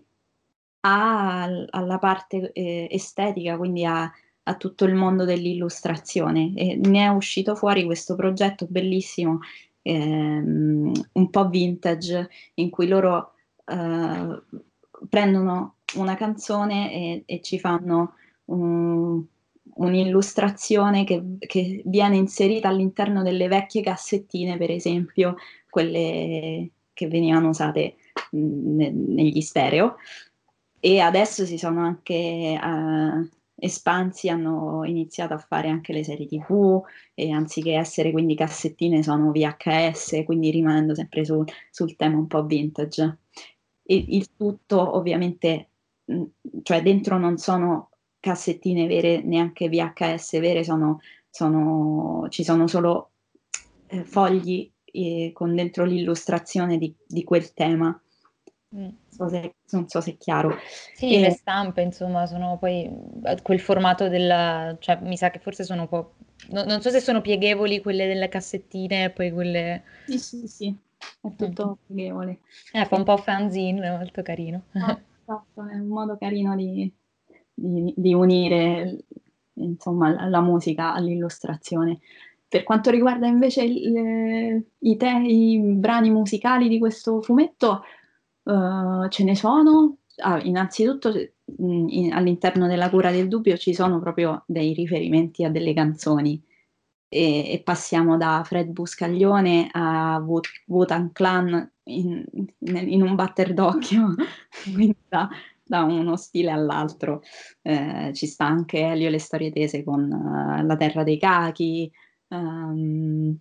a- alla parte eh, estetica, quindi a, a tutto il mondo dell'illustrazione. E ne è uscito fuori questo progetto bellissimo, ehm, un po' vintage, in cui loro eh, prendono una canzone e, e ci fanno un- un'illustrazione che, che viene inserita all'interno delle vecchie cassettine, per esempio, quelle che venivano usate mh, ne- negli stereo. E adesso si sono anche eh, espansi, hanno iniziato a fare anche le serie T V e anziché essere quindi cassettine sono V H S, quindi rimanendo sempre su- sul tema un po' vintage. E il tutto ovviamente, mh, cioè dentro non sono cassettine vere, neanche V H S vere, sono, sono- ci sono solo eh, fogli eh, con dentro l'illustrazione di, di quel tema. Mm. So se- non so se è chiaro. Sì, le E, stampe, insomma, sono poi eh, quel formato del... cioè, mi sa che forse sono un po'... no- non so se sono pieghevoli quelle delle cassettine e poi quelle... sì, sì, sì, è Mm. tutto pieghevole. Eh, fa E- un po' fanzine, è molto carino. no, esatto, è un modo carino di, di- di unire insomma, la la musica all'illustrazione. Per quanto riguarda invece il- i, te- i brani musicali di questo fumetto, eh, ce ne sono. Ah, innanzitutto, mh, in- all'interno della Cura del Dubbio ci sono proprio dei riferimenti a delle canzoni e, e passiamo da Fred Buscaglione a Wu- Wu-Tang Clan in, in- in un batter d'occhio, quindi da, da uno stile all'altro. Eh, ci sta anche Elio e le storie tese con eh, La terra dei cachi. ehm,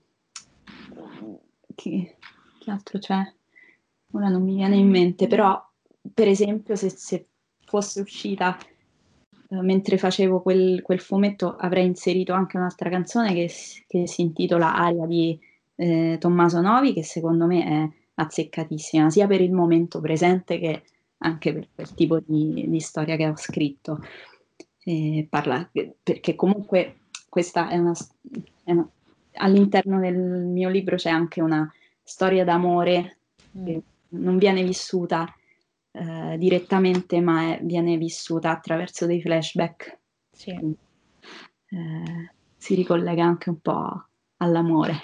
chi, chi altro c'è? Ora non mi viene in mente, però per esempio se, se fosse uscita eh, mentre facevo quel, quel fumetto avrei inserito anche un'altra canzone che, s- che si intitola Aria di eh, Tommaso Novi, che secondo me è azzeccatissima, sia per il momento presente che anche per quel tipo di, di storia che ho scritto. Eh, parla- perché comunque questa è una, è una- all'interno del mio libro c'è anche una storia d'amore Mm, che non viene vissuta eh, direttamente, ma è- viene vissuta attraverso dei flashback. sì. Quindi, eh, si ricollega anche un po' all'amore.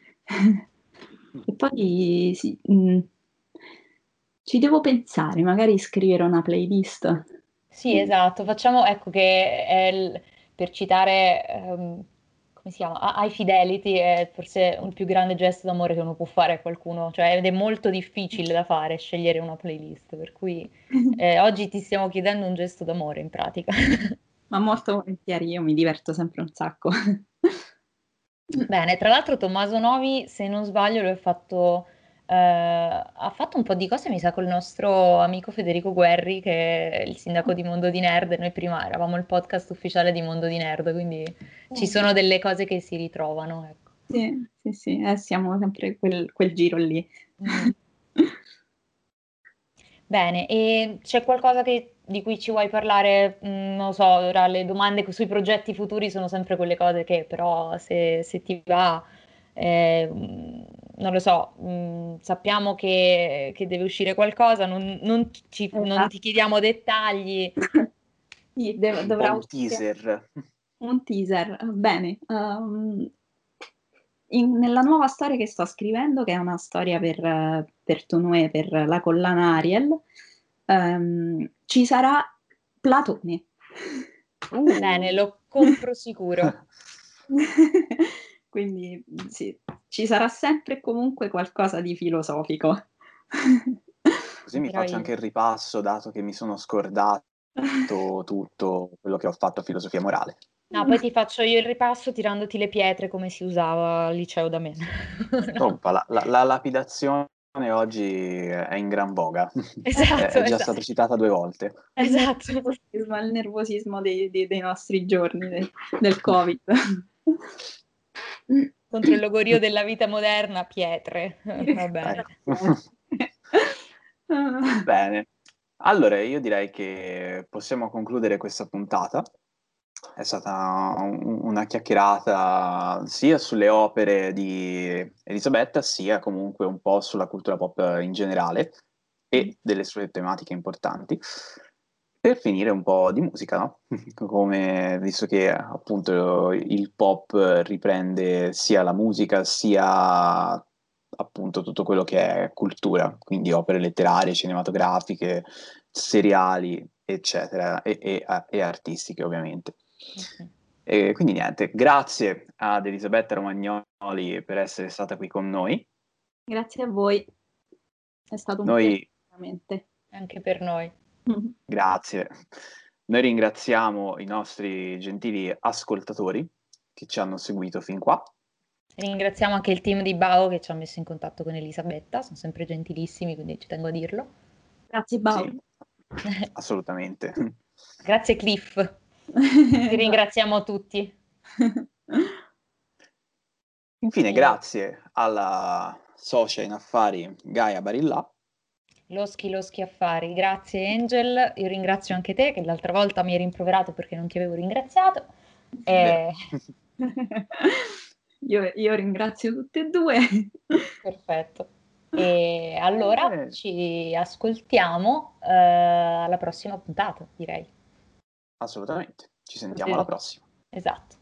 E poi sì, mh, ci devo pensare, magari scrivere una playlist. Sì, esatto. Facciamo, ecco che è il- per citare, ehm, come si chiama? A- High Fidelity è forse il più grande gesto d'amore che uno può fare a qualcuno, cioè ed è molto difficile da fare scegliere una playlist, per cui eh, oggi ti stiamo chiedendo un gesto d'amore in pratica. Ma molto volentieri, io mi diverto sempre un sacco. Bene, tra l'altro Tommaso Novi, se non sbaglio, lo ha fatto, eh, ha fatto un po' di cose, mi sa, col nostro amico Federico Guerri, che è il sindaco di Mondo di Nerd. Noi prima eravamo il podcast ufficiale di Mondo di Nerd, quindi ci sono delle cose che si ritrovano, ecco. Sì, sì, sì, eh, siamo sempre quel, quel giro lì. Mm. Bene, e c'è qualcosa che- di cui ci vuoi parlare? Mm, non lo so, ora le domande sui progetti futuri sono sempre quelle cose che però se, se ti va, eh, mm, non lo so, mm, sappiamo che, che deve uscire qualcosa, non, non ci- non Esatto. ti chiediamo dettagli. Sì, dev- Un po' dovrà un uscire teaser. un teaser. Bene, um, in- nella nuova storia che sto scrivendo, che è una storia per, eh, per Tonoe, per la collana Ariel, ehm, ci sarà Platone. Bene, lo compro sicuro. Quindi sì, ci sarà sempre e comunque qualcosa di filosofico. Così mi faccio Meraviglia. anche il ripasso, dato che mi sono scordato tutto, tutto quello che ho fatto a filosofia morale. No, poi ti faccio io il ripasso tirandoti le pietre come si usava al liceo da me. No. Insomma, la, la- la lapidazione oggi è in gran voga, è, Esatto, è già esatto. stata citata due volte. Il Esatto. nervosismo, il nervosismo dei, dei- dei nostri giorni, de- del Covid. Contro il logorio della vita moderna, pietre. Va bene. Ecco. Bene, allora io direi che possiamo concludere questa puntata. È stata un- una chiacchierata sia sulle opere di Elisabetta, sia comunque un po' sulla cultura pop in generale e delle sue tematiche importanti. Per finire un po' di musica, no? Come, visto che appunto il pop riprende sia la musica sia appunto tutto quello che è cultura, quindi opere letterarie, cinematografiche, seriali, eccetera, e, e- e artistiche ovviamente. Mhm. E quindi niente, grazie ad Elisabetta Romagnoli per essere stata qui con noi. Grazie a voi, è stato un Noi, piacere, veramente. Anche per noi. grazie. Noi ringraziamo i nostri gentili ascoltatori che ci hanno seguito fin qua. Ringraziamo anche il team di Bao che ci ha messo in contatto con Elisabetta, sono sempre gentilissimi, quindi ci tengo a dirlo. Grazie, Bao. Sì, assolutamente. Grazie Cliff, ti ringraziamo tutti. Infine, E grazie alla socia in affari Gaia Barilla. Loschi Loschi Affari, grazie Angel, io ringrazio anche te che l'altra volta mi hai rimproverato perché non ti avevo ringraziato. Vero. E... Io, io ringrazio tutte e due. Perfetto. E allora Eh, ci ascoltiamo eh, alla prossima puntata, direi. assolutamente. Ci sentiamo alla prossima. Esatto.